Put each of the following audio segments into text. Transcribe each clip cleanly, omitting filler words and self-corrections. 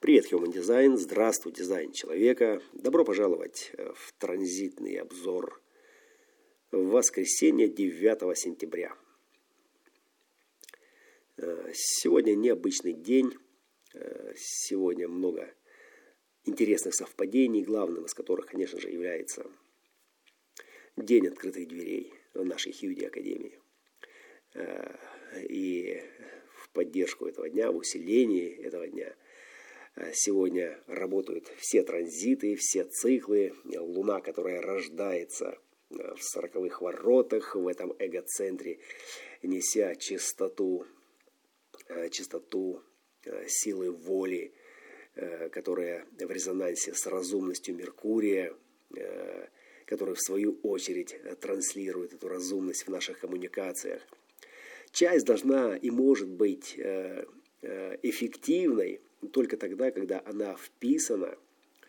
Привет, Human Design! Здравствуй, дизайн человека! Добро пожаловать в транзитный обзор в воскресенье 9 сентября. Сегодня необычный день. Сегодня много интересных совпадений, главным из которых, конечно же, является День открытых дверей в нашей Хьюди Академии. И в поддержку этого дня, в усилении этого дня сегодня работают все транзиты, все циклы. Луна, которая рождается в 40-х воротах, в этом эго-центре, неся чистоту силы воли, которая в резонансе с разумностью Меркурия, который в свою очередь транслирует эту разумность в наших коммуникациях. Часть должна и может быть эффективной только тогда, когда она вписана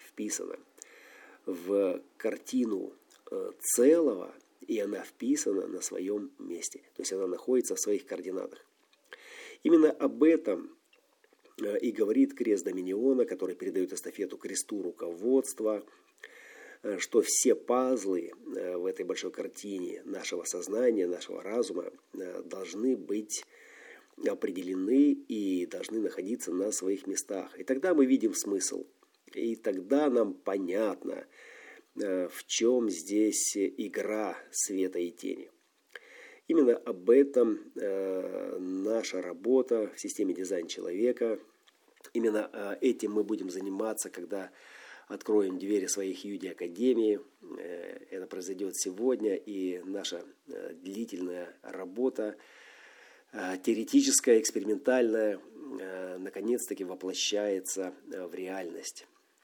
в картину целого, и она вписана на своем месте. То есть она находится в своих координатах. Именно об этом и говорит крест Доминиона, который передает эстафету кресту руководства, что все пазлы в этой большой картине нашего сознания, нашего разума должны быть определены и должны находиться на своих местах. И тогда мы видим смысл. И тогда нам понятно, в чем здесь игра света и тени. Именно об этом наша работа в системе дизайн человека. Именно этим мы будем заниматься, когда откроем двери своей Хьюди Академии. Это произойдет сегодня, и наша длительная работа, теоретическая, экспериментальная, наконец-таки воплощается в реальность.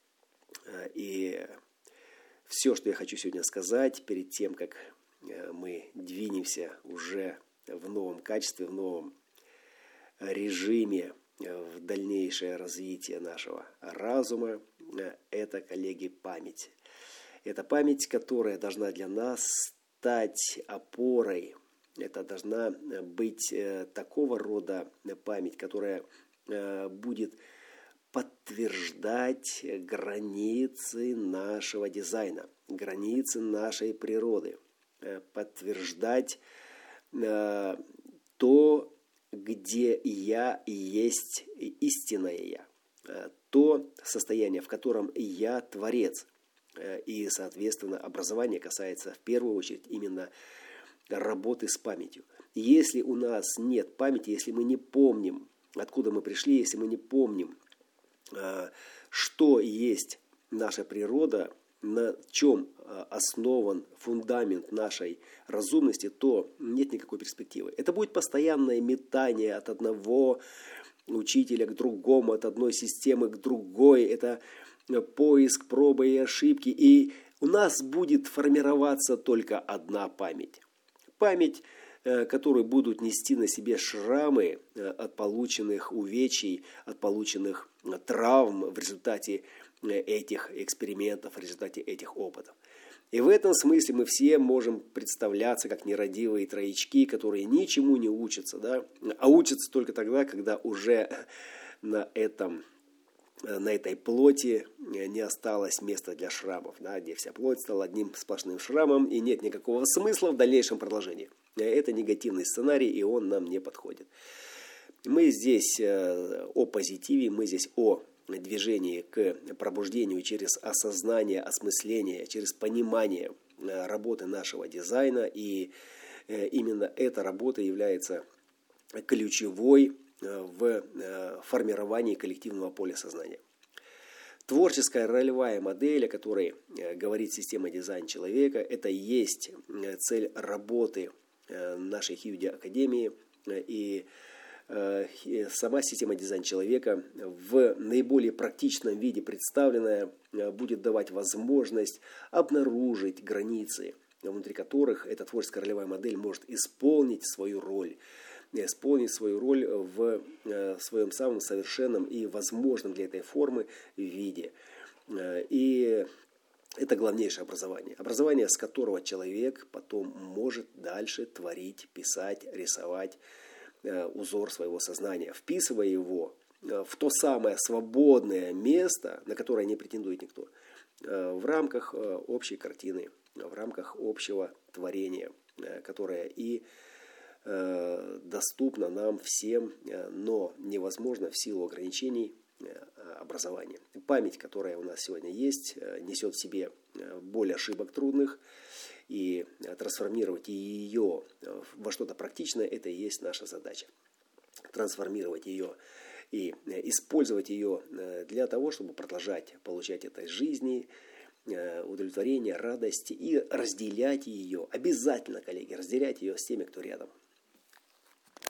И все, что я хочу сегодня сказать, перед тем, как мы двинемся уже в новом качестве, в новом режиме, в дальнейшее развитие нашего разума, это, коллеги, память. Это память, которая должна для нас стать опорой. Это должна быть такого рода память, которая будет подтверждать границы нашего дизайна, границы нашей природы, подтверждать то, где я и есть истинное я, то состояние, в котором я творец. И, соответственно, образование касается в первую очередь именно работы с памятью. Если у нас нет памяти, если мы не помним, откуда мы пришли, если мы не помним, что есть наша природа, на чем основан фундамент нашей разумности, то нет никакой перспективы. Это будет постоянное метание от одного учителя к другому, от одной системы к другой. Это поиск, пробы и ошибки. И у нас будет формироваться только одна память. Память, которую будут нести на себе шрамы от полученных увечий, от полученных травм в результате этих экспериментов, в результате этих опытов. И в этом смысле мы все можем представляться как нерадивые троячки, которые ничему не учатся, да? А учатся только тогда, когда уже на этой плоти не осталось места для шрамов, да, где вся плоть стала одним сплошным шрамом, и нет никакого смысла в дальнейшем продолжении. Это негативный сценарий, и он нам не подходит. Мы здесь о позитиве, мы здесь о движении к пробуждению через осознание, осмысление, через понимание работы нашего дизайна, и именно эта работа является ключевой в формировании коллективного поля сознания. Творческая ролевая модель, о которой говорит система дизайн человека, это и есть цель работы нашей Хьюди Академии, и сама система дизайн человека в наиболее практичном виде представленная будет давать возможность обнаружить границы, внутри которых эта творческая ролевая модель может исполнить свою роль в своем самом совершенном и возможном для этой формы виде. И это главнейшее образование. Образование, с которого человек потом может дальше творить, писать, рисовать узор своего сознания, вписывая его в то самое свободное место, на которое не претендует никто, в рамках общей картины, в рамках общего творения, которое и доступно нам всем, но невозможно в силу ограничений образования. Память, которая у нас сегодня есть, несет в себе боль ошибок трудных, и трансформировать ее во что-то практичное – это и есть наша задача. Трансформировать ее и использовать ее для того, чтобы продолжать получать этой жизни удовлетворение, радость и разделять ее. Обязательно, коллеги, разделять ее с теми, кто рядом.